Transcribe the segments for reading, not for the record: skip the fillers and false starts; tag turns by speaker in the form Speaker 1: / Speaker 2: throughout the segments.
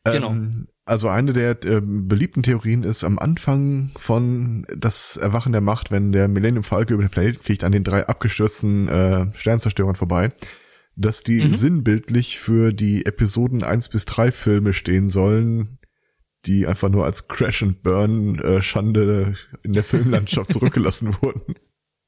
Speaker 1: Genau.
Speaker 2: Also eine der beliebten Theorien ist am Anfang von das Erwachen der Macht, wenn der Millennium Falcon über den Planeten fliegt, an den 3 abgestürzten Sternzerstörern vorbei, dass die sinnbildlich für die Episoden 1-3 Filme stehen sollen, die einfach nur als Crash and Burn Schande in der Filmlandschaft zurückgelassen wurden.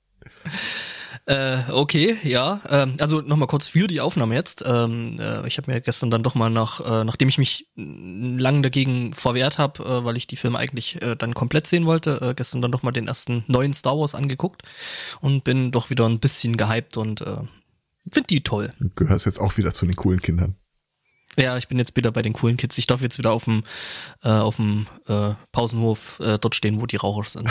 Speaker 1: Okay, ja. Also nochmal kurz für die Aufnahme jetzt. Ich habe mir gestern dann doch mal nachdem ich mich lang dagegen verwehrt habe, weil ich die Filme eigentlich dann komplett sehen wollte, gestern dann doch mal den ersten neuen Star Wars angeguckt und bin doch wieder ein bisschen gehypt und finde die toll.
Speaker 2: Du gehörst jetzt auch wieder zu den coolen Kindern.
Speaker 1: Ja, ich bin jetzt wieder bei den coolen Kids. Ich darf jetzt wieder auf dem Pausenhof dort stehen, wo die Raucher sind.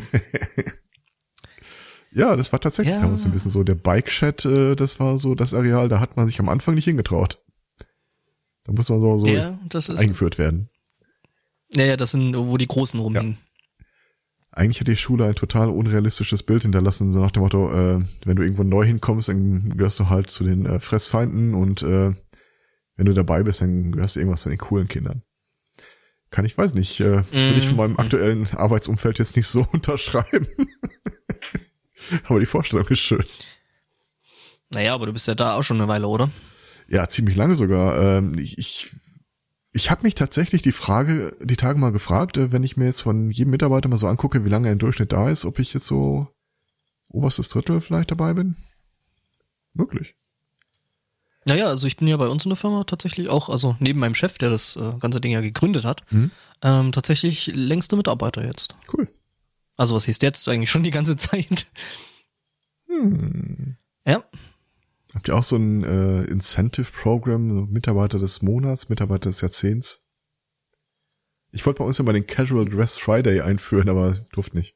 Speaker 2: Ja, das war tatsächlich damals ein bisschen so. Der Bike-Chat, das war so das Areal, da hat man sich am Anfang nicht hingetraut. Da muss man so eingeführt werden.
Speaker 1: Ja, das sind, wo die Großen rumhängen.
Speaker 2: Ja. Eigentlich hat die Schule ein total unrealistisches Bild hinterlassen, so nach dem Motto, wenn du irgendwo neu hinkommst, dann gehörst du halt zu den Fressfeinden und wenn du dabei bist, dann gehörst du irgendwas zu den coolen Kindern. Weiß nicht, würde ich von meinem aktuellen Arbeitsumfeld jetzt nicht so unterschreiben. Aber die Vorstellung ist schön.
Speaker 1: Naja, aber du bist ja da auch schon eine Weile, oder?
Speaker 2: Ja, ziemlich lange sogar. Ich habe mich tatsächlich die Tage mal gefragt, wenn ich mir jetzt von jedem Mitarbeiter mal so angucke, wie lange er im Durchschnitt da ist, ob ich jetzt so oberstes Drittel vielleicht dabei bin. Wirklich.
Speaker 1: Naja, also ich bin ja bei uns in der Firma tatsächlich auch, also neben meinem Chef, der das ganze Ding ja gegründet hat, tatsächlich längste Mitarbeiter jetzt.
Speaker 2: Cool.
Speaker 1: Also was hieß jetzt eigentlich schon die ganze Zeit? Ja.
Speaker 2: Habt ihr auch so ein Incentive-Programm, so Mitarbeiter des Monats, Mitarbeiter des Jahrzehnts? Ich wollte bei uns immer den Casual Dress Friday einführen, aber durfte nicht.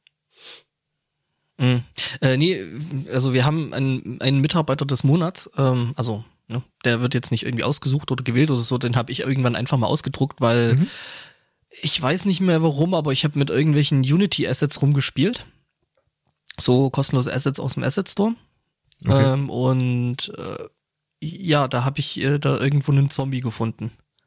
Speaker 1: Nee, also wir haben einen Mitarbeiter des Monats, der wird jetzt nicht irgendwie ausgesucht oder gewählt oder so, den habe ich irgendwann einfach mal ausgedruckt, weil ich weiß nicht mehr warum, aber ich habe mit irgendwelchen Unity-Assets rumgespielt. So kostenlose Assets aus dem Asset Store. Okay. Da habe ich da irgendwo einen Zombie gefunden.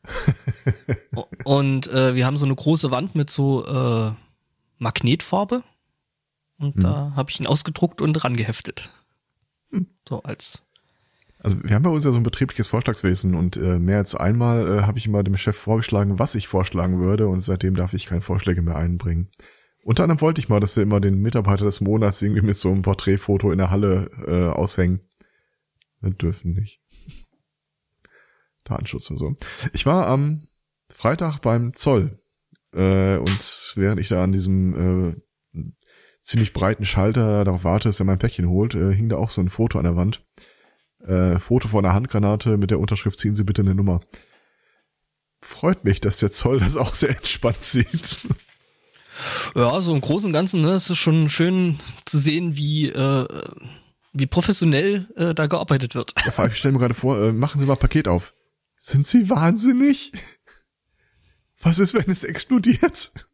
Speaker 1: Und wir haben so eine große Wand mit so Magnetfarbe. Und da habe ich ihn ausgedruckt und rangeheftet. So als...
Speaker 2: Also wir haben bei uns ja so ein betriebliches Vorschlagswesen und mehr als einmal habe ich immer dem Chef vorgeschlagen, was ich vorschlagen würde und seitdem darf ich keine Vorschläge mehr einbringen. Unter anderem wollte ich mal, dass wir immer den Mitarbeiter des Monats irgendwie mit so einem Porträtfoto in der Halle aushängen. Wir dürfen nicht. Datenschutz und so. Ich war am Freitag beim Zoll und während ich da an diesem ziemlich breiten Schalter darauf warte, dass er mein Päckchen holt, hing da auch so ein Foto an der Wand. Foto von einer Handgranate mit der Unterschrift, ziehen Sie bitte eine Nummer. Freut mich, dass der Zoll das auch sehr entspannt sieht.
Speaker 1: Ja, so im Großen und Ganzen, ne, es ist schon schön zu sehen, wie professionell da gearbeitet wird.
Speaker 2: Ja, ich stelle mir gerade vor, machen Sie mal Paket auf. Sind Sie wahnsinnig? Was ist, wenn es explodiert?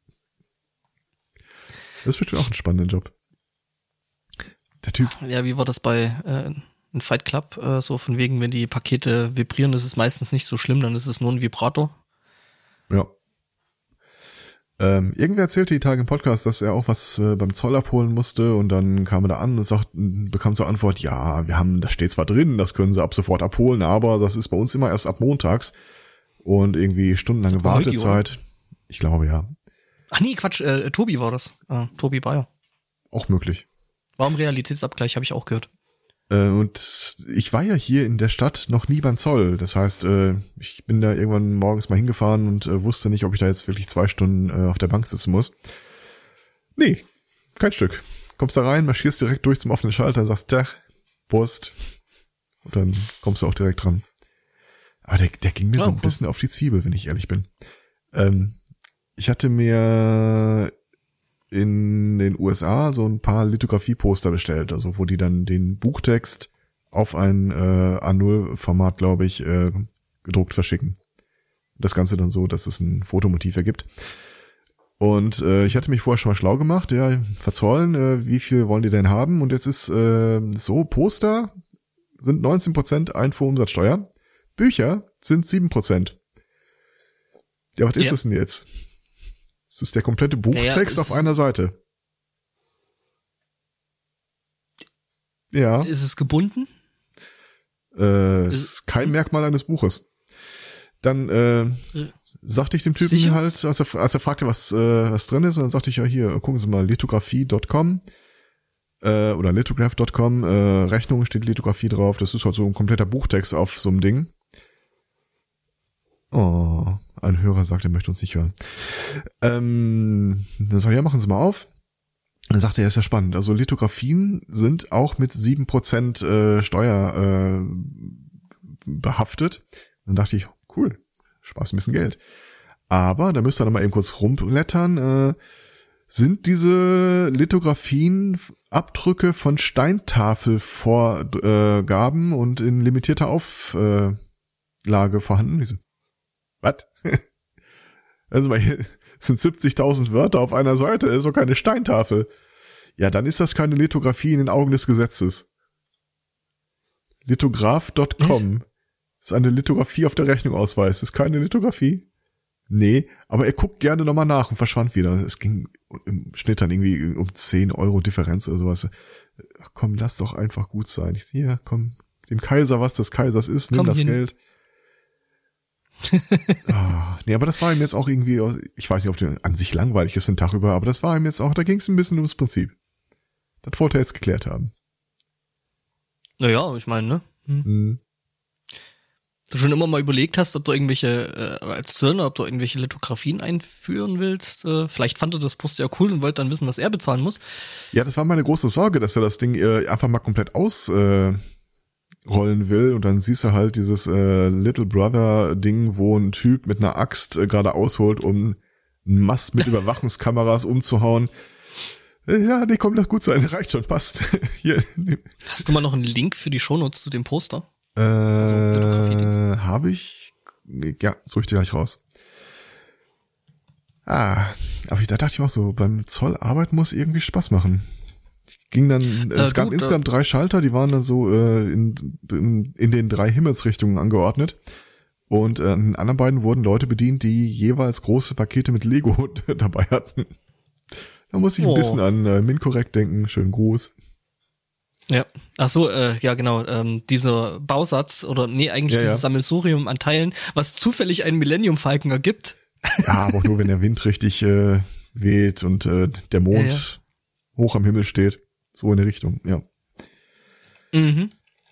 Speaker 2: Das wird schon auch ein spannender Job. Der Typ.
Speaker 1: Ja, wie war das bei in Fight Club? So von wegen, wenn die Pakete vibrieren, ist es meistens nicht so schlimm, dann ist es nur ein Vibrator.
Speaker 2: Ja. Irgendwer erzählte die Tage im Podcast, dass er auch was beim Zoll abholen musste und dann kam er da an und bekam zur Antwort, ja, das steht zwar drin, das können sie ab sofort abholen, aber das ist bei uns immer erst ab montags und irgendwie stundenlange Wartezeit. Ich glaube, ja.
Speaker 1: Ach nee, Quatsch, Tobi war das. Tobi Bayer.
Speaker 2: Auch möglich.
Speaker 1: War im Realitätsabgleich, habe ich auch gehört.
Speaker 2: Und ich war ja hier in der Stadt noch nie beim Zoll. Das heißt, ich bin da irgendwann morgens mal hingefahren und wusste nicht, ob ich da jetzt wirklich 2 Stunden auf der Bank sitzen muss. Nee, kein Stück. Kommst da rein, marschierst direkt durch zum offenen Schalter, sagst Tag, Post und dann kommst du auch direkt dran. Aber der ging mir so ein bisschen auf die Zwiebel, wenn ich ehrlich bin. Ich hatte mir in den USA so ein paar Lithografie-Poster bestellt, also wo die dann den Buchtext auf ein A0-Format, glaube ich, gedruckt verschicken. Das Ganze dann so, dass es ein Fotomotiv ergibt. Und ich hatte mich vorher schon mal schlau gemacht, ja, verzollen, wie viel wollen die denn haben? Und jetzt ist so, Poster sind 19% Einfuhrumsatzsteuer, Bücher sind 7%. Ja, was ist es denn jetzt? Es ist der komplette Buchtext auf einer Seite. Ja.
Speaker 1: Ist es gebunden?
Speaker 2: Ist kein Merkmal eines Buches. Dann sagte ich dem Typen
Speaker 1: sicher?
Speaker 2: halt, als er fragte, was drin ist, und dann sagte ich, ja hier, gucken Sie mal, lithografie.com oder lithograph.com, Rechnung steht Lithografie drauf, das ist halt so ein kompletter Buchtext auf so einem Ding. Oh, ein Hörer sagt, er möchte uns nicht hören. Dann sag ich, ja, machen Sie mal auf. Dann sagte er, ist ja spannend. Also Lithografien sind auch mit 7% Steuer behaftet. Dann dachte ich, cool, Spaß ein bisschen Geld. Aber da müsst ihr dann mal eben kurz rumblättern. Sind diese Lithografien Abdrücke von Steintafelvorgaben und in limitierter Auflage vorhanden? Ich so, was? Also mal hier sind 70.000 Wörter auf einer Seite, ist doch keine Steintafel. Ja, dann ist das keine Lithografie in den Augen des Gesetzes. Lithograph.com ist eine Lithografie auf der Rechnung ausweist. Ist keine Lithografie? Nee, aber er guckt gerne nochmal nach und verschwand wieder. Es ging im Schnitt dann irgendwie um 10 Euro Differenz oder sowas. Ach komm, lass doch einfach gut sein. Ich ja, komm, dem Kaiser, was des Kaisers ist, nimm das Geld. Nee, aber das war ihm jetzt auch irgendwie, ich weiß nicht, ob der an sich langweilig ist den Tag über, aber das war ihm jetzt auch, da ging es ein bisschen ums Prinzip. Das wollte er jetzt geklärt haben.
Speaker 1: Naja, ich meine, ne? Du schon immer mal überlegt hast, ob du irgendwelche, als Zöllner, ob du irgendwelche Lithografien einführen willst. Vielleicht fand er das Post ja cool und wollte dann wissen, was er bezahlen muss.
Speaker 2: Ja, das war meine große Sorge, dass er das Ding einfach mal komplett ausrollen will und dann siehst du halt dieses Little Brother Ding, wo ein Typ mit einer Axt gerade ausholt, um einen Mast mit Überwachungskameras umzuhauen. Ja, nee, komm, lass gut sein, reicht schon, passt. Hier.
Speaker 1: Hast du mal noch einen Link für die Shownotes zu dem Poster?
Speaker 2: Habe ich? Ja, suche ich dir gleich raus. Aber da dachte ich mir auch so, beim Zoll arbeiten muss irgendwie Spaß machen. Ging dann, es gab insgesamt 3 Schalter, die waren dann so in den 3 Himmelsrichtungen angeordnet. Und an den anderen beiden wurden Leute bedient, die jeweils große Pakete mit Lego dabei hatten. Da muss ich ein bisschen an Minkorrekt denken. Schönen Gruß.
Speaker 1: Ja, ach so, ja genau, dieser Bausatz oder eigentlich dieses Sammelsurium an Teilen, was zufällig einen Millennium Falcon ergibt.
Speaker 2: Ja, aber auch nur, wenn der Wind richtig weht und der Mond hoch am Himmel steht. So in der Richtung, ja.
Speaker 1: Mhm.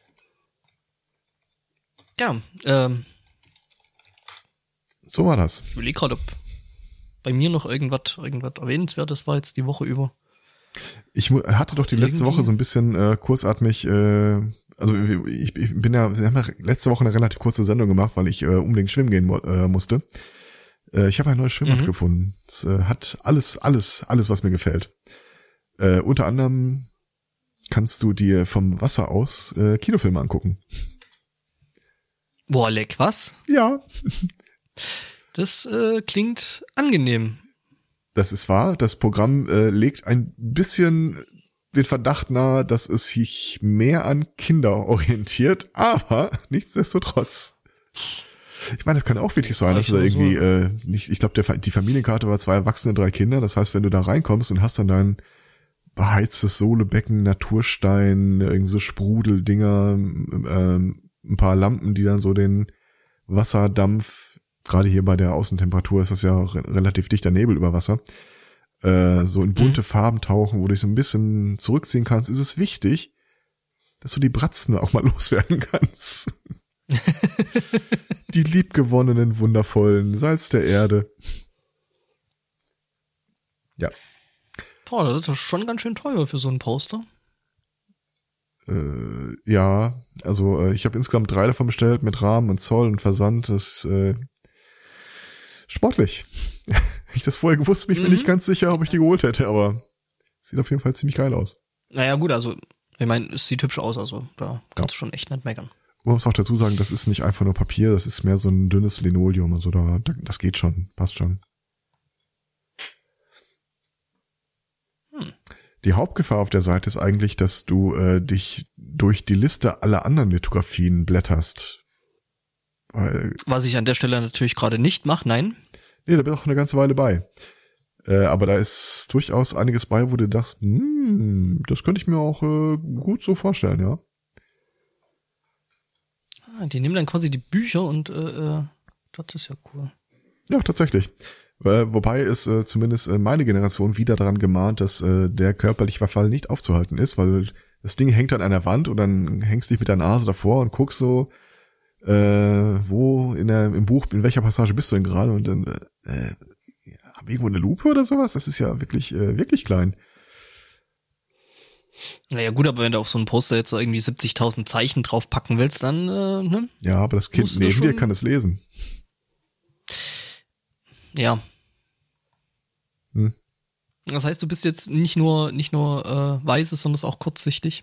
Speaker 1: Ja,
Speaker 2: so war das.
Speaker 1: Ich überlege gerade, ob bei mir noch irgendwas Erwähnenswertes war jetzt die Woche über.
Speaker 2: Ich hatte doch die letzte Woche so ein bisschen kurzatmig, also wir haben ja letzte Woche eine relativ kurze Sendung gemacht, weil ich unbedingt schwimmen gehen musste. Ich habe ein neues Schwimmbad gefunden. Es hat alles, was mir gefällt. Unter anderem kannst du dir vom Wasser aus Kinofilme angucken.
Speaker 1: Boah, leck, was?
Speaker 2: Ja.
Speaker 1: Das klingt angenehm.
Speaker 2: Das ist wahr. Das Programm legt ein bisschen den Verdacht nahe, dass es sich mehr an Kinder orientiert, aber nichtsdestotrotz. Ich meine, das kann auch wirklich sein, dass du da irgendwie nicht. Ich glaube, die Familienkarte war 2 Erwachsene, 3 Kinder. Das heißt, wenn du da reinkommst und hast dann dein beheiztes Sohlebecken, Naturstein, irgendwie so Sprudeldinger, ein paar Lampen, die dann so den Wasserdampf, gerade hier bei der Außentemperatur ist das ja relativ dichter Nebel über Wasser, so in bunte Farben tauchen, wo du dich so ein bisschen zurückziehen kannst, ist es wichtig, dass du die Bratzen auch mal loswerden kannst. Die liebgewonnenen, wundervollen Salz der Erde. Ja.
Speaker 1: Boah, das ist doch schon ganz schön teuer für so ein Poster.
Speaker 2: Ja, also ich habe insgesamt 3 davon bestellt mit Rahmen und Zoll und Versand. Das ist sportlich. Wenn ich das vorher gewusst, bin ich mir nicht ganz sicher, ob ich die geholt hätte, aber sieht auf jeden Fall ziemlich geil aus.
Speaker 1: Naja gut, also ich meine, es sieht hübsch aus, also da kannst du schon echt nicht meckern.
Speaker 2: Man muss auch dazu sagen, das ist nicht einfach nur Papier, das ist mehr so ein dünnes Linoleum und so, das geht schon, passt schon. Die Hauptgefahr auf der Seite ist eigentlich, dass du dich durch die Liste aller anderen Lithografien blätterst.
Speaker 1: Was ich an der Stelle natürlich gerade nicht mache, nein.
Speaker 2: Nee, da bin ich auch eine ganze Weile bei. Aber da ist durchaus einiges bei, wo du dachtest, das könnte ich mir auch gut so vorstellen, ja.
Speaker 1: Die nehmen dann quasi die Bücher und das ist ja cool.
Speaker 2: Ja, tatsächlich. Wobei ist zumindest meine Generation wieder daran gemahnt, dass der körperliche Verfall nicht aufzuhalten ist, weil das Ding hängt an einer Wand und dann hängst du dich mit der Nase davor und guckst so, wo im Buch, in welcher Passage bist du denn gerade und dann haben wir irgendwo eine Lupe oder sowas? Das ist ja wirklich, wirklich klein.
Speaker 1: Naja gut, aber wenn du auf so einen Poster jetzt irgendwie 70.000 Zeichen draufpacken willst, dann, ne?
Speaker 2: Ja, aber das Kind neben dir kann es lesen.
Speaker 1: Ja. Das heißt, du bist jetzt nicht nur weise, sondern auch kurzsichtig.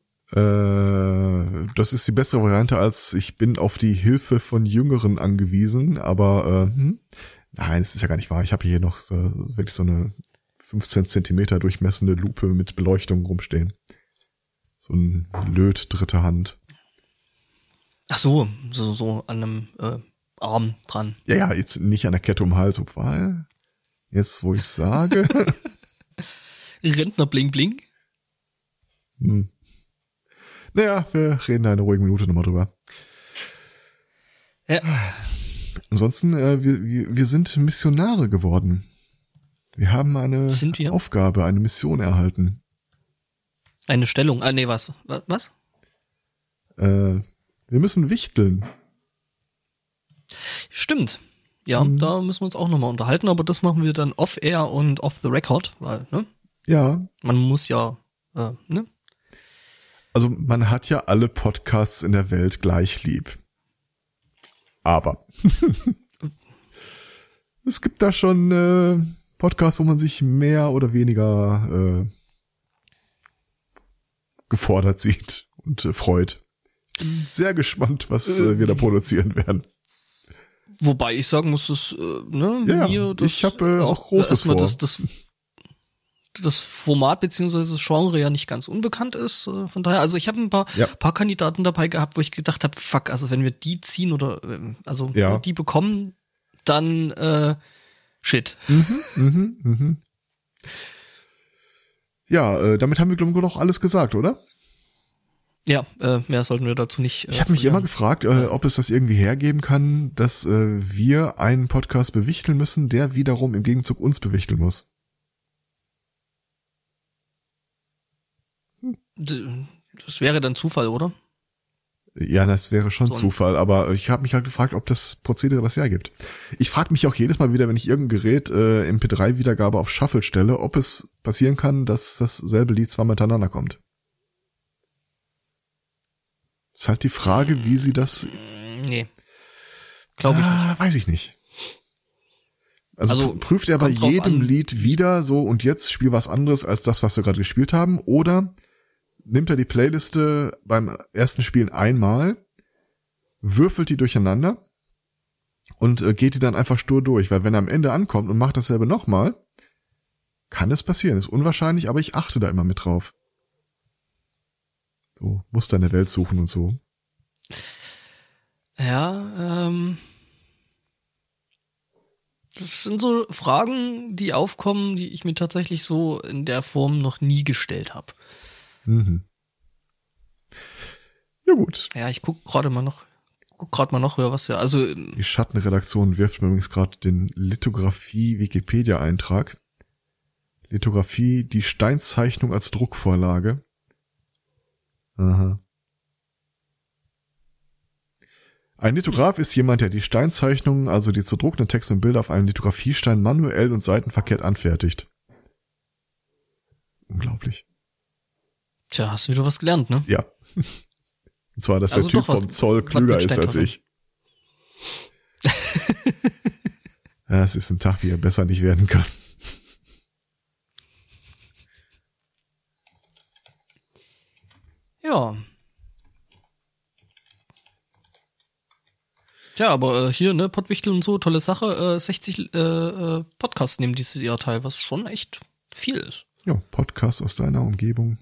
Speaker 2: Das ist die bessere Variante als ich bin auf die Hilfe von Jüngeren angewiesen, aber nein, das ist ja gar nicht wahr. Ich habe hier noch wirklich so eine 15 Zentimeter durchmessende Lupe mit Beleuchtung rumstehen. So ein Löt dritte Hand.
Speaker 1: Ach so an einem Arm dran.
Speaker 2: Ja, jetzt nicht an der Kette um den Hals, weil jetzt, wo ich sage.
Speaker 1: Rentner bling bling.
Speaker 2: Naja, wir reden da in einer ruhigen Minute nochmal drüber.
Speaker 1: Ja.
Speaker 2: Ansonsten, wir sind Missionare geworden. Wir haben eine Aufgabe, eine Mission erhalten.
Speaker 1: Eine Stellung. Nee, was? Was?
Speaker 2: Wir müssen wichteln.
Speaker 1: Stimmt. Ja, da müssen wir uns auch nochmal unterhalten, aber das machen wir dann off-air und off the record, weil, ne?
Speaker 2: Ja.
Speaker 1: Man muss ja, ne?
Speaker 2: Also man hat ja alle Podcasts in der Welt gleich lieb. Aber es gibt da schon Podcasts, wo man sich mehr oder weniger gefordert sieht und freut. Bin sehr gespannt, was wir da produzieren werden.
Speaker 1: Wobei ich sagen muss, dass
Speaker 2: mir ich habe auch Großes vor.
Speaker 1: Das Format beziehungsweise das Genre ja nicht ganz unbekannt ist. Von daher, also ich habe ein paar Kandidaten dabei gehabt, wo ich gedacht habe, fuck, also wenn wir die ziehen oder die bekommen, dann shit. Ja, damit haben wir, glaube ich, noch alles gesagt, oder? Ja, mehr sollten wir dazu nicht.
Speaker 2: Ich habe mich immer gefragt, ob es das irgendwie hergeben kann, dass wir einen Podcast bewichteln müssen, der wiederum im Gegenzug uns bewichteln muss.
Speaker 1: Das wäre dann Zufall, oder?
Speaker 2: Ja, das wäre schon Zufall, aber ich habe mich halt gefragt, ob das Prozedere das hergibt. Ich frage mich auch jedes Mal wieder, wenn ich irgendein Gerät MP3-Wiedergabe auf Shuffle stelle, ob es passieren kann, dass dasselbe Lied zweimal hintereinander kommt. Ist halt die Frage, wie sie das...
Speaker 1: Nee, glaube ich nicht.
Speaker 2: Weiß ich nicht. Also prüft er bei jedem Lied wieder so und jetzt spiel was anderes als das, was wir gerade gespielt haben, oder nimmt er die Playliste beim ersten Spielen einmal, würfelt die durcheinander und geht die dann einfach stur durch, weil wenn er am Ende ankommt und macht dasselbe nochmal, kann es passieren. Ist unwahrscheinlich, aber ich achte da immer mit drauf. So, Muster in der Welt suchen und so.
Speaker 1: Ja, das sind so Fragen, die aufkommen, die ich mir tatsächlich so in der Form noch nie gestellt habe.
Speaker 2: Mhm. Ja gut.
Speaker 1: Ja, ich guck gerade mal noch, was ja, also
Speaker 2: die Schattenredaktion wirft mir übrigens gerade den Lithografie-Wikipedia-Eintrag. Lithografie, die Steinzeichnung als Druckvorlage. Aha. Ein Lithograph ist jemand, der die Steinzeichnungen, also die zu druckenden Texte und Bilder auf einem Lithografiestein manuell und seitenverkehrt anfertigt. Unglaublich.
Speaker 1: Tja, hast du wieder was gelernt, ne?
Speaker 2: Ja. Und zwar, dass der Typ vom Zoll klüger ist als ich. Ja, es ist ein Tag, wie er besser nicht werden kann.
Speaker 1: Ja. Tja, aber hier, ne, Pottwichtel und so, tolle Sache. 60 Podcasts nehmen dieses Jahr teil, was schon echt viel ist.
Speaker 2: Ja, Podcasts aus deiner Umgebung.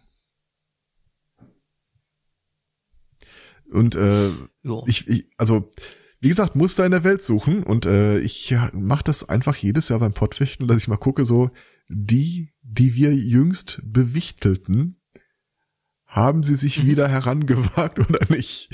Speaker 2: Und also Wie gesagt, Muster in der Welt suchen und ich mache das einfach jedes Jahr beim Pottwichteln, dass ich mal gucke, so die wir jüngst bewichtelten, haben sie sich wieder herangewagt oder nicht?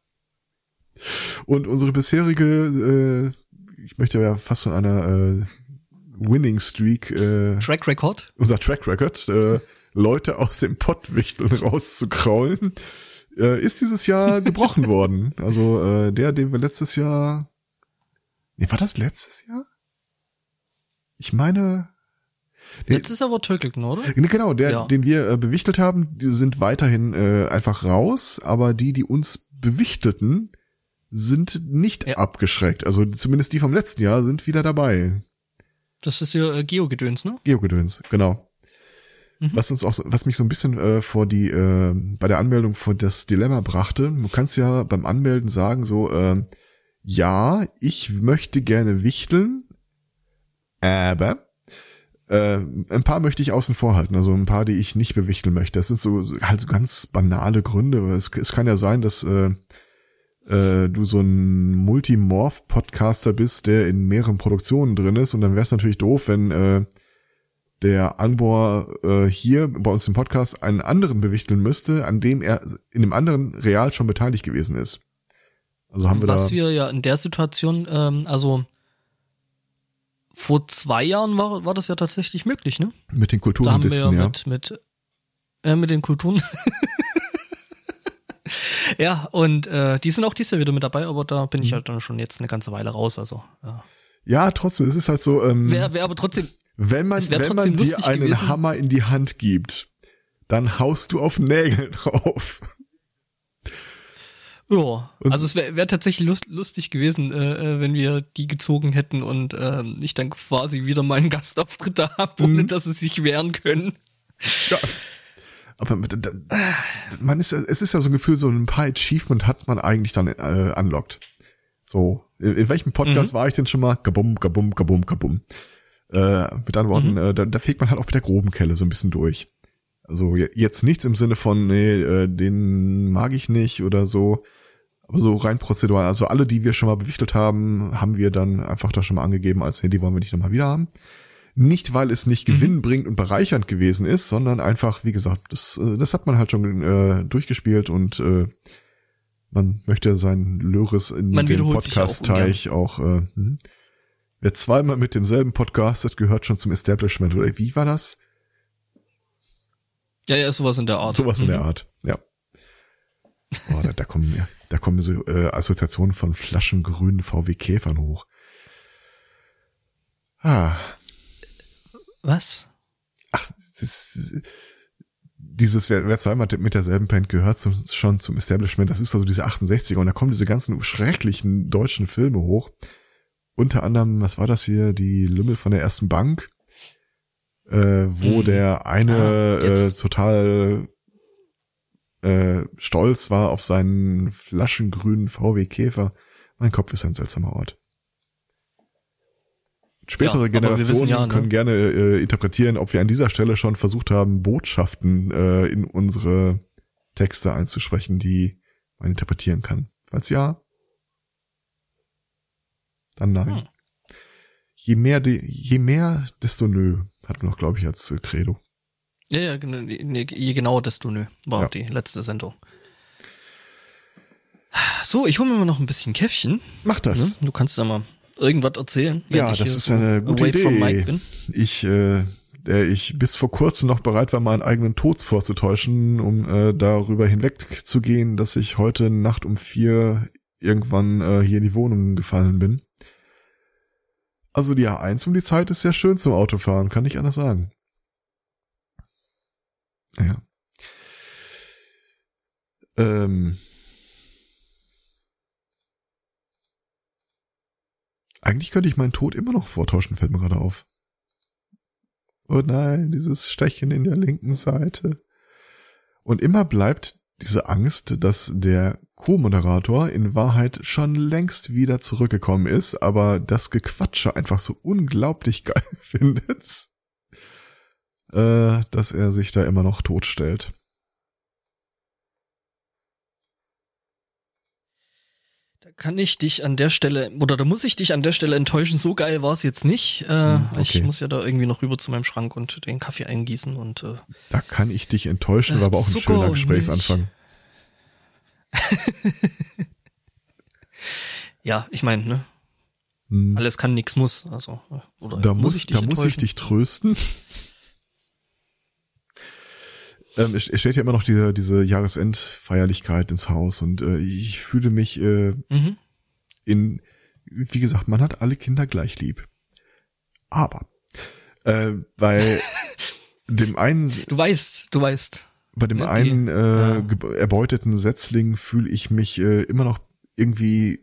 Speaker 2: Und unsere bisherige, ich möchte ja fast von einer Winning Streak
Speaker 1: Track Record?
Speaker 2: Unser Track Record, Leute aus dem Pottwichteln rauszukraulen, ist dieses Jahr gebrochen worden. Also den wir letztes Jahr... Nee, war das letztes Jahr? Ich meine...
Speaker 1: Letztes Jahr war Tökelten, oder?
Speaker 2: Genau, den wir bewichtelt haben, die sind weiterhin einfach raus, aber die uns bewichtelten, sind nicht abgeschreckt. Also zumindest die vom letzten Jahr sind wieder dabei.
Speaker 1: Das ist ja Geo-Gedöns, ne?
Speaker 2: Geo-Gedöns, genau. Was mich so ein bisschen bei der Anmeldung vor das Dilemma brachte. Du kannst ja beim Anmelden sagen so, ja, ich möchte gerne wichteln, aber ein paar möchte ich außen vor halten, also ein paar, die ich nicht bewichteln möchte. Das sind so ganz banale Gründe. Es kann ja sein, dass du so ein Multimorph-Podcaster bist, der in mehreren Produktionen drin ist, und dann wäre es natürlich doof, wenn der Angbor hier bei uns im Podcast einen anderen bewichteln müsste, an dem er in dem anderen real schon beteiligt gewesen ist. Also haben wir
Speaker 1: Was wir ja in der Situation, also vor 2 Jahren war das ja tatsächlich möglich, ne?
Speaker 2: Mit den Kulturlisten,
Speaker 1: da haben wir mit den Kulturen. Ja, und die sind auch dieses Jahr wieder mit dabei, aber da bin ich halt dann schon jetzt eine ganze Weile raus, also ja.
Speaker 2: Ja, trotzdem, es ist halt so,
Speaker 1: wäre aber trotzdem,
Speaker 2: wenn man dir einen gewesen. Hammer in die Hand gibt, dann haust du auf Nägel drauf.
Speaker 1: Ja, also es wäre tatsächlich lustig gewesen, wenn wir die gezogen hätten und ich dann quasi wieder mal einen Gastauftritt da habe, ohne dass sie sich wehren können.
Speaker 2: Ja. Aber es ist ja so ein Gefühl, so ein paar Achievement hat man eigentlich dann unlocked. So, in welchem Podcast war ich denn schon mal? Kabum, kabum, kabum, kabum. Mit anderen Worten, da fegt man halt auch mit der groben Kelle so ein bisschen durch. Also jetzt nichts im Sinne von, nee, den mag ich nicht oder so. Aber so rein prozedural. Also alle, die wir schon mal bewichtelt haben, haben wir dann einfach da schon mal angegeben, als, nee, die wollen wir nicht nochmal wieder haben. Nicht, weil es nicht gewinnbringend und bereichernd gewesen ist, sondern einfach, wie gesagt, das hat man halt schon durchgespielt und man möchte sein Löres in dem Podcast-Teich auch wer zweimal mit demselben Podcast hat, gehört schon zum Establishment. Oder wie war das?
Speaker 1: Ja, sowas in der Art.
Speaker 2: Sowas in der Art, ja. Boah, da kommen so Assoziationen von flaschengrünen VW Käfern hoch.
Speaker 1: Was?
Speaker 2: Ach, wer zweimal mit derselben Band gehört schon zum Establishment, das ist also diese 68er, und da kommen diese ganzen schrecklichen deutschen Filme hoch. Unter anderem, was war das hier, die Lümmel von der ersten Bank, wo der eine total stolz war auf seinen flaschengrünen VW Käfer. Mein Kopf ist ein seltsamer Ort. Spätere Generationen können gerne interpretieren, ob wir an dieser Stelle schon versucht haben, Botschaften in unsere Texte einzusprechen, die man interpretieren kann. Falls ja, dann nein. Je mehr, desto nö, hatten wir noch, glaube ich, als Credo.
Speaker 1: Ja, je genauer, desto nö, war die letzte Sendung. So, ich hole mir mal noch ein bisschen Käffchen.
Speaker 2: Mach das.
Speaker 1: Ne? Du kannst ja mal irgendwas erzählen.
Speaker 2: Ja, das ist eine gute Idee. From Mike bin. Ich bis vor kurzem noch bereit war, meinen eigenen Tod vorzutäuschen, um darüber hinwegzugehen, dass ich heute Nacht um 4 irgendwann hier in die Wohnung gefallen bin. Also die A1 um die Zeit ist sehr schön zum Autofahren, kann ich anders sagen. Ja. Eigentlich könnte ich meinen Tod immer noch vortäuschen, fällt mir gerade auf. Oh nein, dieses Stechen in der linken Seite. Und immer bleibt diese Angst, dass der Co-Moderator in Wahrheit schon längst wieder zurückgekommen ist, aber das Gequatsche einfach so unglaublich geil findet, dass er sich da immer noch totstellt.
Speaker 1: kann ich dich an der Stelle, oder da muss ich dich an der Stelle enttäuschen, so geil war es jetzt nicht.
Speaker 2: Okay.
Speaker 1: Ich muss ja da irgendwie noch rüber zu meinem Schrank und den Kaffee eingießen und
Speaker 2: da kann ich dich enttäuschen, war aber auch ein
Speaker 1: Zucker
Speaker 2: schöner
Speaker 1: und
Speaker 2: Gesprächsanfang.
Speaker 1: Ja, ich meine, ne? Alles kann, nix muss. Also, oder
Speaker 2: Da muss ich dich trösten. Es steht ja immer noch diese Jahresendfeierlichkeit ins Haus und ich fühle mich wie gesagt, man hat alle Kinder gleich lieb. Aber bei dem einen...
Speaker 1: Du weißt.
Speaker 2: Bei dem erbeuteten Setzling fühle ich mich immer noch irgendwie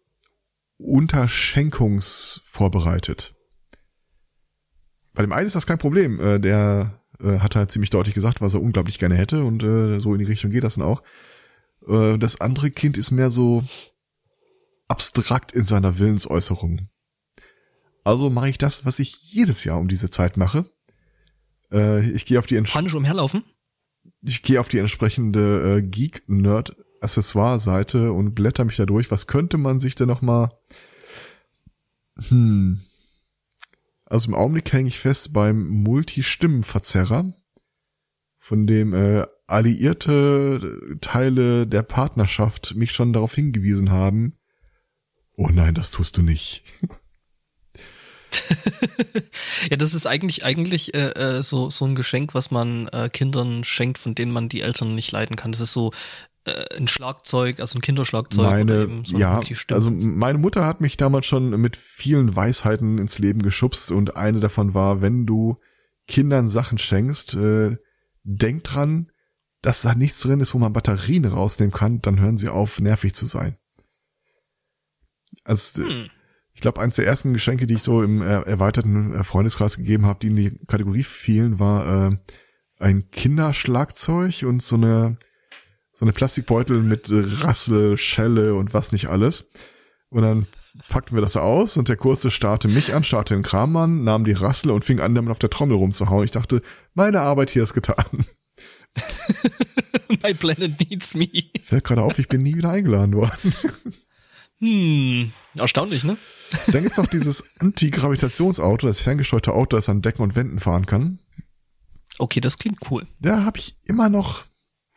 Speaker 2: unterschenkungsvorbereitet. Bei dem einen ist das kein Problem. Der hat halt ziemlich deutlich gesagt, was er unglaublich gerne hätte und so in die Richtung geht das dann auch. Das andere Kind ist mehr so abstrakt in seiner Willensäußerung. Also mache ich das, was ich jedes Jahr um diese Zeit mache. Ich gehe auf die
Speaker 1: Panisch umherlaufen?
Speaker 2: Ich gehe auf die entsprechende Geek-Nerd-Accessoire-Seite und blätter mich da durch. Was könnte man sich denn noch mal... Also im Augenblick hänge ich fest beim Multistimmenverzerrer, von dem alliierte Teile der Partnerschaft mich schon darauf hingewiesen haben. Oh nein, das tust du nicht.
Speaker 1: Ja, das ist eigentlich so ein Geschenk, was man Kindern schenkt, von denen man die Eltern nicht leiden kann. Das ist so ein Schlagzeug, also ein Kinderschlagzeug. Oder eben so
Speaker 2: also meine Mutter hat mich damals schon mit vielen Weisheiten ins Leben geschubst und eine davon war, wenn du Kindern Sachen schenkst, denk dran, dass da nichts drin ist, wo man Batterien rausnehmen kann, dann hören sie auf, nervig zu sein. Also ich glaube, eins der ersten Geschenke, die ich so im erweiterten Freundeskreis gegeben habe, die in die Kategorie fielen, war ein Kinderschlagzeug und so eine Plastikbeutel mit Rassel, Schelle und was nicht alles. Und dann packten wir das aus und der Kurse starrte mich an, starrte den Kram an, nahm die Rassel und fing an, damit auf der Trommel rumzuhauen. Ich dachte, meine Arbeit hier ist getan.
Speaker 1: My planet needs me.
Speaker 2: Fällt gerade auf, ich bin nie wieder eingeladen worden.
Speaker 1: Erstaunlich, ne?
Speaker 2: Dann gibt's noch dieses Anti-Gravitationsauto, das ferngesteuerte Auto, das an Decken und Wänden fahren kann.
Speaker 1: Okay, das klingt cool.
Speaker 2: Da habe ich immer noch...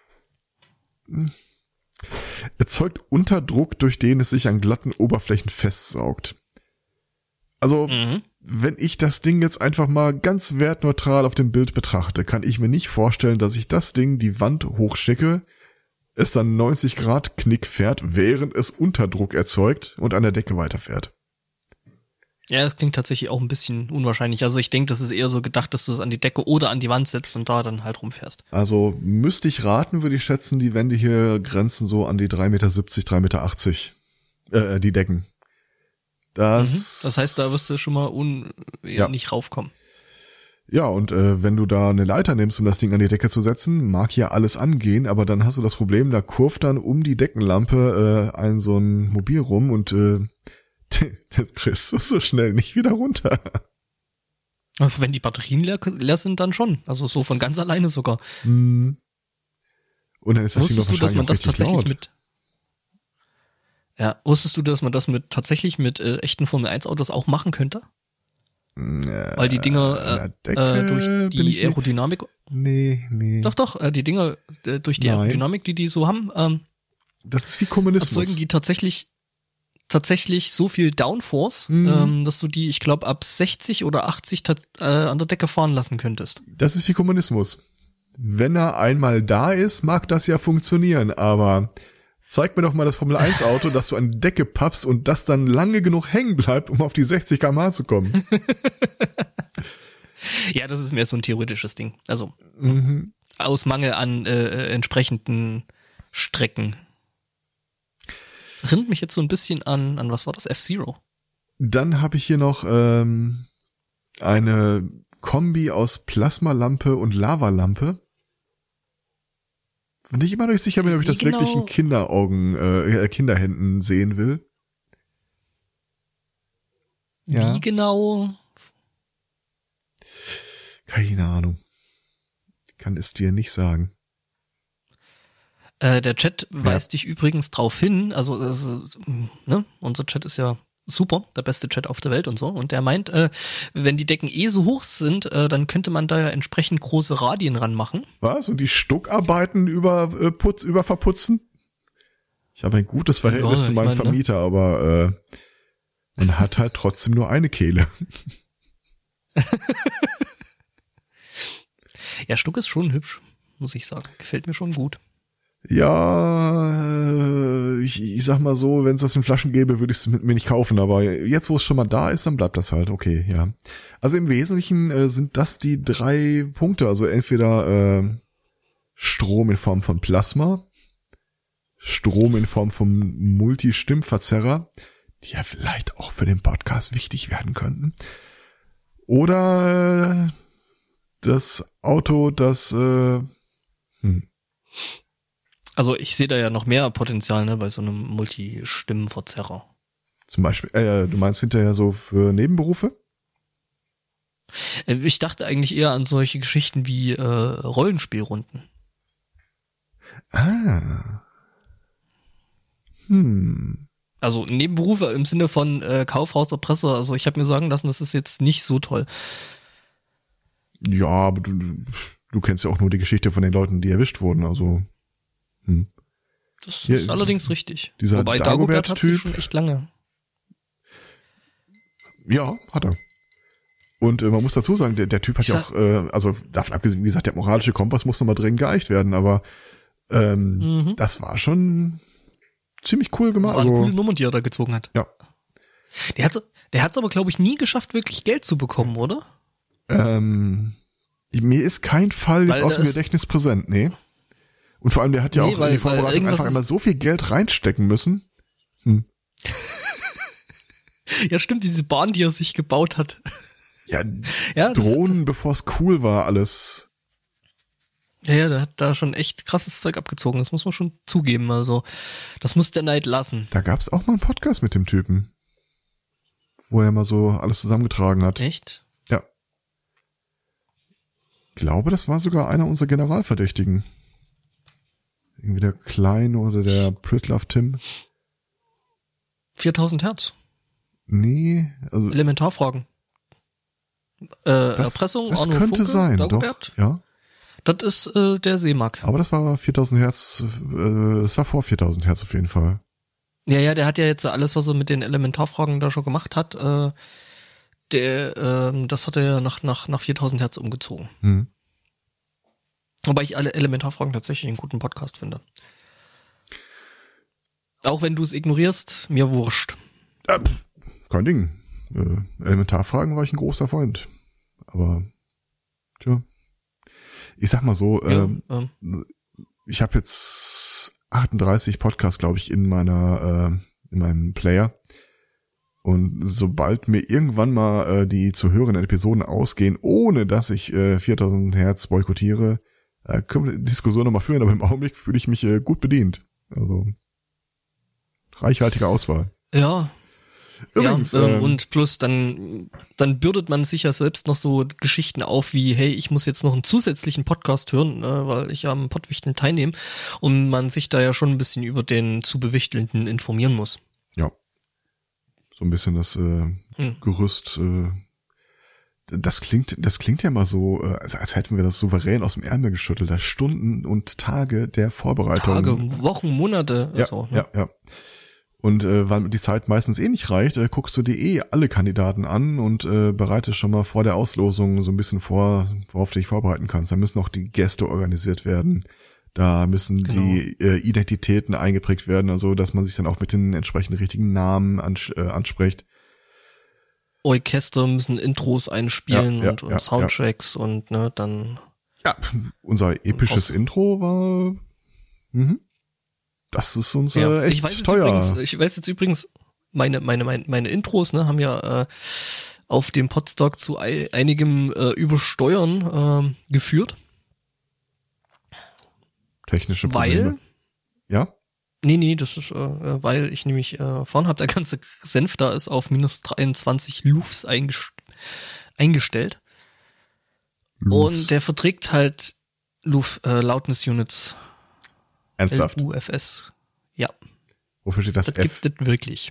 Speaker 2: Erzeugt Unterdruck, durch den es sich an glatten Oberflächen festsaugt. Also, wenn ich das Ding jetzt einfach mal ganz wertneutral auf dem Bild betrachte, kann ich mir nicht vorstellen, dass ich das Ding die Wand hochschicke, es dann 90 Grad Knick fährt, während es Unterdruck erzeugt und an der Decke weiterfährt.
Speaker 1: Ja, das klingt tatsächlich auch ein bisschen unwahrscheinlich. Also ich denke, das ist eher so gedacht, dass du es an die Decke oder an die Wand setzt und da dann halt rumfährst.
Speaker 2: Also müsste ich raten, würde ich schätzen, die Wände hier grenzen so an die 3,70 Meter, 3,80 Meter, die Decken.
Speaker 1: Das heißt, da wirst du schon mal nicht raufkommen.
Speaker 2: Ja, und wenn du da eine Leiter nimmst, um das Ding an die Decke zu setzen, mag ja alles angehen, aber dann hast du das Problem, da kurvt dann um die Deckenlampe so ein Mobil rum und das kriegst du so schnell nicht wieder runter.
Speaker 1: Wenn die Batterien leer sind, dann schon. Also so von ganz alleine sogar.
Speaker 2: Und dann ist das Ding
Speaker 1: Wusstest
Speaker 2: doch
Speaker 1: du, dass man das tatsächlich
Speaker 2: laut.
Speaker 1: Wusstest du, dass man das tatsächlich mit echten Formel-1-Autos auch machen könnte? Weil die Dinger durch die Aerodynamik...
Speaker 2: Nee.
Speaker 1: Doch, die Dinger durch die Aerodynamik, die so haben...
Speaker 2: das ist wie Kommunismus.
Speaker 1: Erzeugen die tatsächlich so viel Downforce, dass du die, ich glaube, ab 60 oder 80 an der Decke fahren lassen könntest.
Speaker 2: Das ist wie Kommunismus. Wenn er einmal da ist, mag das ja funktionieren, aber zeig mir doch mal das Formel-1-Auto, dass du an die Decke pappst und das dann lange genug hängen bleibt, um auf die 60 km/h zu kommen.
Speaker 1: Ja, das ist mehr so ein theoretisches Ding. Also aus Mangel an entsprechenden Strecken. Erinnert mich jetzt so ein bisschen an was war das? F-Zero.
Speaker 2: Dann habe ich hier noch eine Kombi aus Plasmalampe und Lavalampe. Und ich immer noch nicht sicher bin, ob ich das wirklich in Kinderhänden sehen will. Ja.
Speaker 1: Wie genau?
Speaker 2: Keine Ahnung. Ich kann es dir nicht sagen.
Speaker 1: Der Chat weist dich übrigens drauf hin, also ne, unser Chat ist ja super, der beste Chat auf der Welt und so. Und der meint, wenn die Decken so hoch sind, dann könnte man da ja entsprechend große Radien ranmachen.
Speaker 2: Was? Und die Stuckarbeiten über verputzen? Ich habe ein gutes Verhältnis zu meinem Vermieter, ne? Aber man hat halt trotzdem nur eine Kehle.
Speaker 1: Ja, Stuck ist schon hübsch, muss ich sagen. Gefällt mir schon gut.
Speaker 2: Ja, ich sag mal so, wenn es das in Flaschen gäbe, würde ich es mit mir nicht kaufen, aber jetzt, wo es schon mal da ist, dann bleibt das halt okay, ja. Also im Wesentlichen sind das die 3 Punkte, also entweder Strom in Form von Plasma, Strom in Form von Multistimmverzerrer, die ja vielleicht auch für den Podcast wichtig werden könnten, oder das Auto, das
Speaker 1: Also ich sehe da ja noch mehr Potenzial, ne, bei so einem Multistimmenverzerrer.
Speaker 2: Zum Beispiel, du meinst hinterher so für Nebenberufe?
Speaker 1: Ich dachte eigentlich eher an solche Geschichten wie Rollenspielrunden.
Speaker 2: Ah.
Speaker 1: Also Nebenberufe im Sinne von Kaufhauserpresser. Also ich habe mir sagen lassen, das ist jetzt nicht so toll.
Speaker 2: Ja, aber du kennst ja auch nur die Geschichte von den Leuten, die erwischt wurden, also.
Speaker 1: Das ist allerdings richtig.
Speaker 2: Dieser
Speaker 1: Wobei Dagobert hat sich schon echt lange.
Speaker 2: Ja, hat er. Und man muss dazu sagen, der Typ hat ja auch, also davon abgesehen, wie gesagt, der moralische Kompass muss nochmal dringend geeicht werden, aber das war schon ziemlich cool gemacht.
Speaker 1: War eine coole Nummer, die er da gezogen hat.
Speaker 2: Ja.
Speaker 1: Der hat's aber, glaube ich, nie geschafft, wirklich Geld zu bekommen, oder?
Speaker 2: Mir ist kein Fall jetzt aus dem Gedächtnis präsent, nee. Und vor allem, der hat ja auch in die Vorbereitung einfach immer so viel Geld reinstecken müssen.
Speaker 1: Ja, stimmt, diese Bahn, die er sich gebaut hat.
Speaker 2: Ja, Drohnen, bevor es cool war, alles.
Speaker 1: Ja, der hat da schon echt krasses Zeug abgezogen, das muss man schon zugeben, also das muss der Neid lassen.
Speaker 2: Da gab's auch mal einen Podcast mit dem Typen, wo er mal so alles zusammengetragen hat.
Speaker 1: Echt?
Speaker 2: Ja. Ich glaube, das war sogar einer unserer Generalverdächtigen. Irgendwie der Klein oder der Pritlove Tim.
Speaker 1: 4000 Hertz.
Speaker 2: Nee, also.
Speaker 1: Elementarfragen. Erpressung,
Speaker 2: das
Speaker 1: Arno
Speaker 2: könnte
Speaker 1: Funke,
Speaker 2: sein,
Speaker 1: Dagobert.
Speaker 2: doch, ja.
Speaker 1: Das ist der Seemark.
Speaker 2: Aber das war 4000 Hertz, das war vor 4000 Hertz auf jeden Fall.
Speaker 1: Ja, der hat ja jetzt alles, was er mit den Elementarfragen da schon gemacht hat, das hat er ja nach 4000 Hertz umgezogen. Wobei ich alle Elementarfragen tatsächlich einen guten Podcast finde. Auch wenn du es ignorierst, mir wurscht.
Speaker 2: Kein Ding. Elementarfragen war ich ein großer Freund. Aber, tja. Ich sag mal so, ich habe jetzt 38 Podcasts, glaube ich, in meinem Player. Und sobald mir irgendwann mal die zu hörenden Episoden ausgehen, ohne dass ich 4000 Hertz boykottiere, können wir die Diskussion nochmal führen, aber im Augenblick fühle ich mich gut bedient. Also reichhaltige Auswahl.
Speaker 1: Ja.
Speaker 2: Übrigens,
Speaker 1: und plus dann bürdet man sich ja selbst noch so Geschichten auf wie, hey, ich muss jetzt noch einen zusätzlichen Podcast hören, weil ich am Pottwichteln teilnehme und man sich da ja schon ein bisschen über den zu Bewichtelnden informieren muss.
Speaker 2: Ja. So ein bisschen das Gerüst. Das klingt ja mal so, als hätten wir das souverän aus dem Ärmel geschüttelt. Da Stunden und Tage der Vorbereitung.
Speaker 1: Tage, Wochen, Monate.
Speaker 2: Ja,
Speaker 1: so, ne?
Speaker 2: ja. Und weil die Zeit meistens nicht reicht, guckst du dir alle Kandidaten an und bereitest schon mal vor der Auslosung so ein bisschen vor, worauf du dich vorbereiten kannst. Da müssen auch die Gäste organisiert werden. Da müssen die Identitäten eingeprägt werden, also dass man sich dann auch mit den entsprechenden richtigen Namen anspricht.
Speaker 1: Orchester müssen Intros einspielen und Soundtracks und ne, dann.
Speaker 2: Ja, unser episches Intro war. Das ist uns echt teuer.
Speaker 1: Ich weiß jetzt übrigens, meine Intros, ne, haben ja auf dem Podstock zu einigem Übersteuern geführt.
Speaker 2: Technische Probleme.
Speaker 1: Weil?
Speaker 2: Ja?
Speaker 1: Nee, das ist, weil ich nämlich vorhin habe, der ganze Senf da ist auf minus 23 Lufs eingestellt. Lufs. Und der verträgt halt Loudness Units
Speaker 2: Ernsthaft?
Speaker 1: LUFS. Ja.
Speaker 2: Wofür steht das
Speaker 1: Das
Speaker 2: F?
Speaker 1: gibt es wirklich.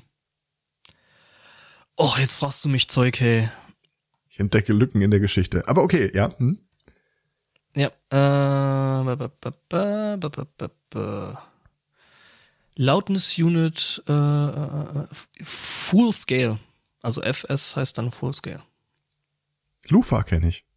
Speaker 1: Oh, jetzt fragst du mich Zeug, hey.
Speaker 2: Ich entdecke Lücken in der Geschichte. Aber okay, ja.
Speaker 1: Ja. Loudness Unit Full Scale. Also FS heißt dann Full Scale.
Speaker 2: Lufa kenne ich.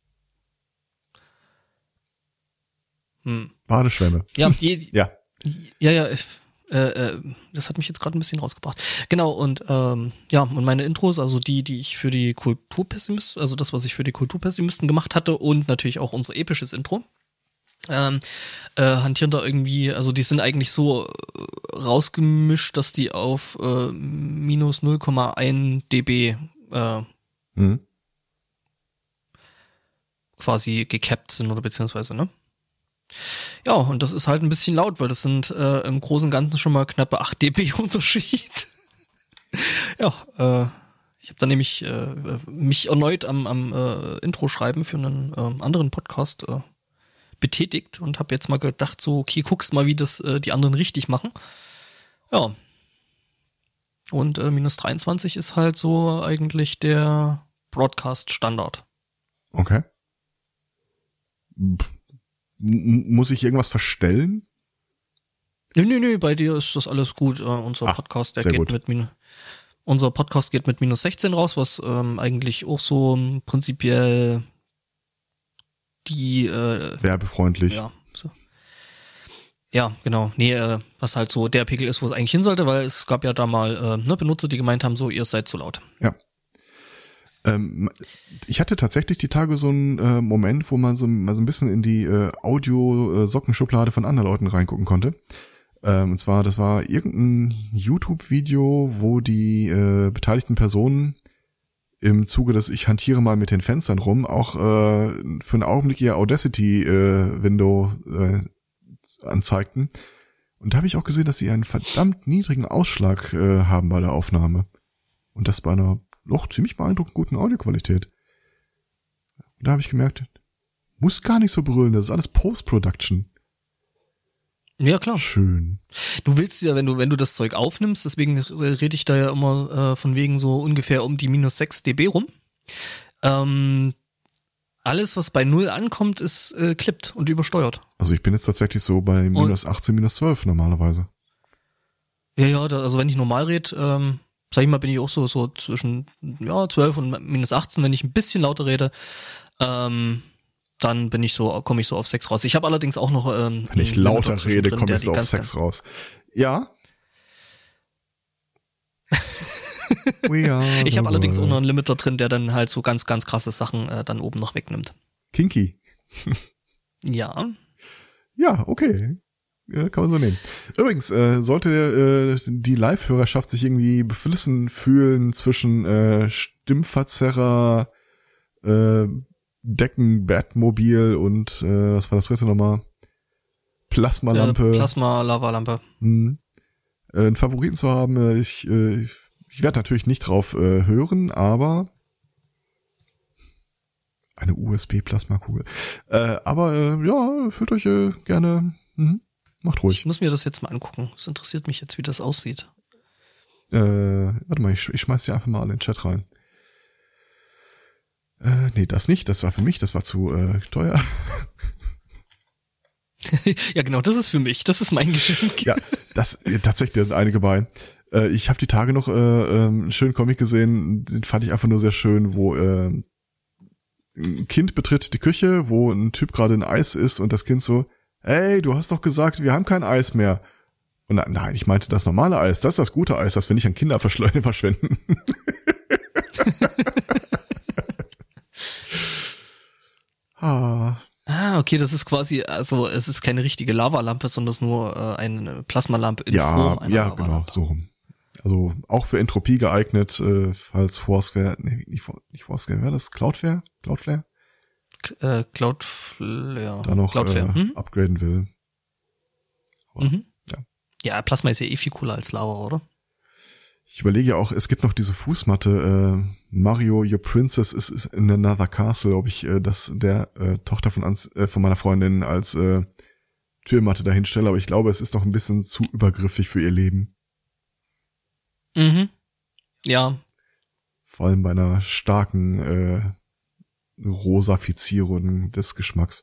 Speaker 2: Badeschwämme.
Speaker 1: Ja,
Speaker 2: ja.
Speaker 1: Ja, das hat mich jetzt gerade ein bisschen rausgebracht. Genau, und und meine Intros, also die ich für die Kulturpessimisten, also das, was ich für die Kulturpessimisten gemacht hatte und natürlich auch unser episches Intro, hantieren da irgendwie, also die sind eigentlich so rausgemischt, dass die auf minus 0,1 dB quasi gekappt sind oder beziehungsweise, ne? Ja, und das ist halt ein bisschen laut, weil das sind im Großen und Ganzen schon mal knappe 8 dB Unterschied. Ja, ich habe dann nämlich mich erneut am Intro schreiben für einen anderen Podcast betätigt und habe jetzt mal gedacht, so, okay, guckst mal, wie das die anderen richtig machen. Ja. Und minus 23 ist halt so eigentlich der Broadcast-Standard.
Speaker 2: Okay. Muss ich irgendwas verstellen?
Speaker 1: Nö, bei dir ist das alles gut. Unser Podcast, der geht gut. Unser Podcast geht mit minus 16 raus, was eigentlich auch so prinzipiell die
Speaker 2: werbefreundlich.
Speaker 1: Ja, so. Ja, genau. Nee, was halt so der Pegel ist, wo es eigentlich hin sollte, weil es gab ja da mal Benutzer, die gemeint haben, so, ihr seid zu laut.
Speaker 2: Ja. Ich hatte tatsächlich die Tage so einen Moment, wo man mal so ein bisschen in die Audio-Sockenschublade von anderen Leuten reingucken konnte. Und zwar, das war irgendein YouTube-Video, wo die beteiligten Personen im Zuge des ich hantiere mal mit den Fenstern rum, auch für einen Augenblick ihr Audacity-Window anzeigten. Und da habe ich auch gesehen, dass sie einen verdammt niedrigen Ausschlag haben bei der Aufnahme. Und das bei einer doch ziemlich beeindruckend guten Audioqualität. Und da habe ich gemerkt, muss gar nicht so brüllen, das ist alles Post-Production.
Speaker 1: Ja, klar.
Speaker 2: Schön.
Speaker 1: Du willst ja, wenn du das Zeug aufnimmst, deswegen rede ich da ja immer von wegen so ungefähr um die minus 6 dB rum. Alles, was bei 0 ankommt, ist klippt und übersteuert.
Speaker 2: Also ich bin jetzt tatsächlich so bei minus 18, minus 12 normalerweise.
Speaker 1: Ja, also wenn ich normal rede, sag ich mal, bin ich auch so zwischen 12 und minus 18, wenn ich ein bisschen lauter rede, dann komme ich so auf 6 raus. Ich habe allerdings auch noch
Speaker 2: wenn ich lauter rede, komme ich so auf 6 raus. Ja.
Speaker 1: Ich habe allerdings auch noch einen Limiter drin, der dann halt so ganz, ganz krasse Sachen dann oben noch wegnimmt.
Speaker 2: Kinky.
Speaker 1: Ja.
Speaker 2: Ja, okay. Ja, kann man so nehmen. Übrigens, sollte die Live-Hörerschaft sich irgendwie beflissen fühlen zwischen Stimmverzerrer, Decken, Batmobil und was war das dritte nochmal? Plasmalampe.
Speaker 1: Plasma-Lavalampe.
Speaker 2: Einen Favoriten zu haben, ich werde natürlich nicht drauf hören, aber eine USB-Plasmakugel. Aber fühlt euch gerne... Macht ruhig.
Speaker 1: Ich muss mir das jetzt mal angucken. Es interessiert mich jetzt, wie das aussieht.
Speaker 2: Warte mal, ich schmeiß dir einfach mal in den Chat rein. Nee, das nicht. Das war für mich. Das war zu teuer.
Speaker 1: Ja, genau. Das ist für mich. Das ist mein Geschenk.
Speaker 2: Ja, tatsächlich, da sind einige bei. Ich habe die Tage noch einen schönen Comic gesehen. Den fand ich einfach nur sehr schön, wo ein Kind betritt die Küche, wo ein Typ gerade ein Eis isst und das Kind so: Hey, du hast doch gesagt, wir haben kein Eis mehr. Und nein, ich meinte das normale Eis, das ist das gute Eis, das wir nicht an Kinder verschwenden.
Speaker 1: Okay, das ist quasi, also es ist keine richtige Lavalampe, sondern es ist nur eine Plasmalampe in Form einer Lavalampe. Ja, genau,
Speaker 2: so rum. Also auch für Entropie geeignet, falls Foursquare, nicht Foursquare, wäre das Cloudflare?
Speaker 1: Cloudflare.
Speaker 2: Da noch upgraden will. Aber,
Speaker 1: ja, Plasma ist ja eh viel cooler als Lava, oder?
Speaker 2: Ich überlege ja auch, es gibt noch diese Fußmatte, Mario, Your Princess is in another castle, ob ich das der Tochter von meiner Freundin als Türmatte dahinstelle, aber ich glaube, es ist noch ein bisschen zu übergriffig für ihr Leben.
Speaker 1: Mhm. Ja.
Speaker 2: Vor allem bei einer starken Rosafizierung des Geschmacks.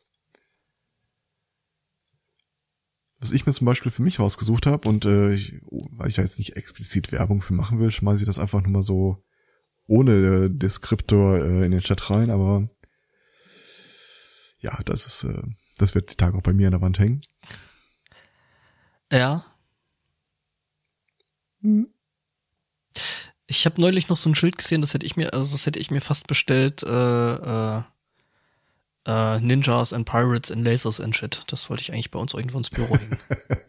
Speaker 2: Was ich mir zum Beispiel für mich rausgesucht habe und weil ich da jetzt nicht explizit Werbung für machen will, schmeiße ich das einfach nur mal so ohne Deskriptor in den Chat rein, aber ja, das wird die Tage auch bei mir an der Wand hängen.
Speaker 1: Ja. Ich habe neulich noch so ein Schild gesehen, das hätte ich mir fast bestellt, Ninjas and Pirates and Lasers and Shit. Das wollte ich eigentlich bei uns irgendwo ins Büro hängen.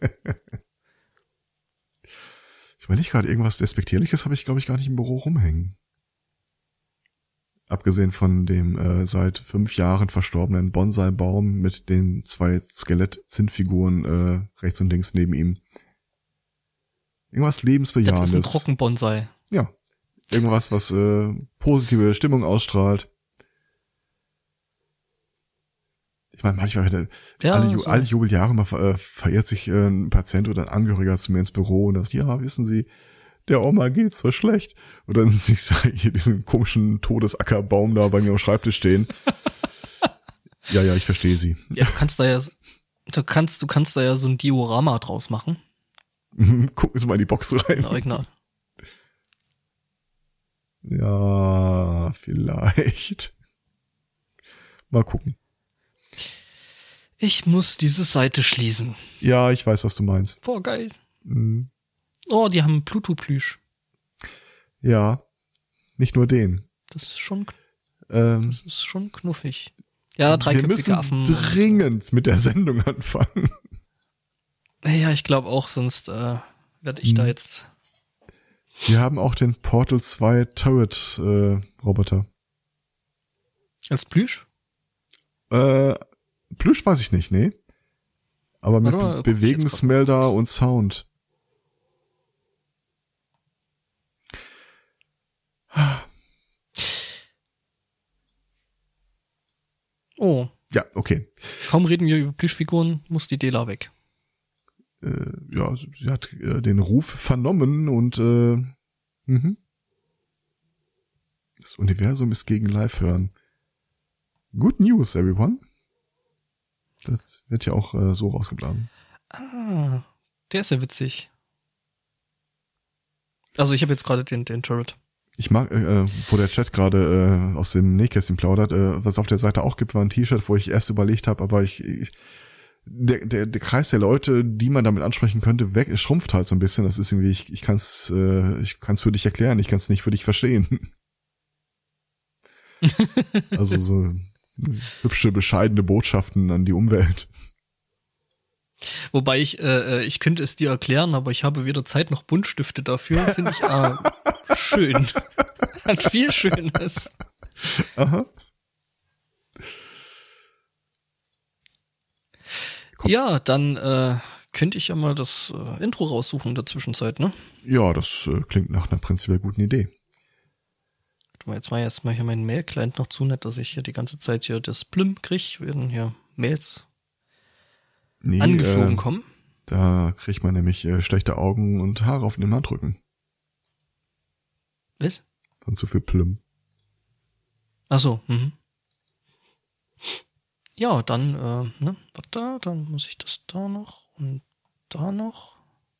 Speaker 2: Ich überlege gerade, irgendwas Despektierliches habe ich, glaube ich, gar nicht im Büro rumhängen. Abgesehen von dem seit 5 Jahren verstorbenen Bonsai-Baum mit den 2 Skelett-Zinnfiguren rechts und links neben ihm. Irgendwas Lebensbejahendes.
Speaker 1: Das ist ein Trockenbonsai.
Speaker 2: Ja. Irgendwas, was positive Stimmung ausstrahlt. Ich meine, manchmal alle Jubeljahre mal verirrt sich ein Patient oder ein Angehöriger zu mir ins Büro und das, ja, wissen Sie, der Oma geht's so schlecht. Und dann sehe ich hier diesen komischen Todesackerbaum da bei mir am Schreibtisch stehen. Ja, ich verstehe Sie.
Speaker 1: Ja, du kannst da ja so ein Diorama draus machen.
Speaker 2: Gucken Sie mal in die Box rein.
Speaker 1: Original.
Speaker 2: Ja, vielleicht. Mal gucken.
Speaker 1: Ich muss diese Seite schließen.
Speaker 2: Ja, ich weiß, was du meinst.
Speaker 1: Boah, geil.
Speaker 2: Mhm.
Speaker 1: Oh, die haben Pluto-Plüsch.
Speaker 2: Ja, nicht nur den.
Speaker 1: Das ist schon knuffig. Ja, dreiköpfige Affen.
Speaker 2: Wir müssen dringend mit der Sendung anfangen.
Speaker 1: Ja, ich glaube auch, sonst werde ich da jetzt...
Speaker 2: Wir haben auch den Portal 2 Turret Roboter.
Speaker 1: Als Plüsch?
Speaker 2: Plüsch weiß ich nicht, nee. Aber mit Bewegungsmelder und Sound.
Speaker 1: Oh.
Speaker 2: Ja, okay.
Speaker 1: Kaum reden wir über Plüschfiguren, muss die Dela weg.
Speaker 2: Ja, sie hat den Ruf vernommen und das Universum ist gegen Live-Hören. Good news, everyone. Das wird ja auch so rausgeblasen.
Speaker 1: Ah, der ist ja witzig. Also ich habe jetzt gerade den Turret.
Speaker 2: Ich mag, wo der Chat gerade aus dem Nähkästchen plaudert, was es auf der Seite auch gibt, war ein T-Shirt, wo ich erst überlegt habe, aber der Kreis der Leute, die man damit ansprechen könnte, schrumpft halt so ein bisschen. Das ist irgendwie, ich kann's für dich erklären, ich kann's nicht für dich verstehen. Also so hübsche, bescheidene Botschaften an die Umwelt.
Speaker 1: Wobei ich könnte es dir erklären, aber ich habe weder Zeit noch Buntstifte dafür. Finde ich schön. Hat viel Schönes.
Speaker 2: Aha. Komm. Ja,
Speaker 1: dann könnte ich ja mal das Intro raussuchen in der Zwischenzeit, ne?
Speaker 2: Ja, das klingt nach einer prinzipiell guten Idee.
Speaker 1: Jetzt war erstmal hier mein Mail-Client noch zu nett, dass ich hier die ganze Zeit hier das Plüm kriege, werden hier Mails angeflogen kommen.
Speaker 2: Da kriegt man nämlich schlechte Augen und Haare auf den Handrücken.
Speaker 1: Was?
Speaker 2: Von zu viel Plüm.
Speaker 1: Ach so, Ja, dann, warte, dann muss ich das da noch und da noch.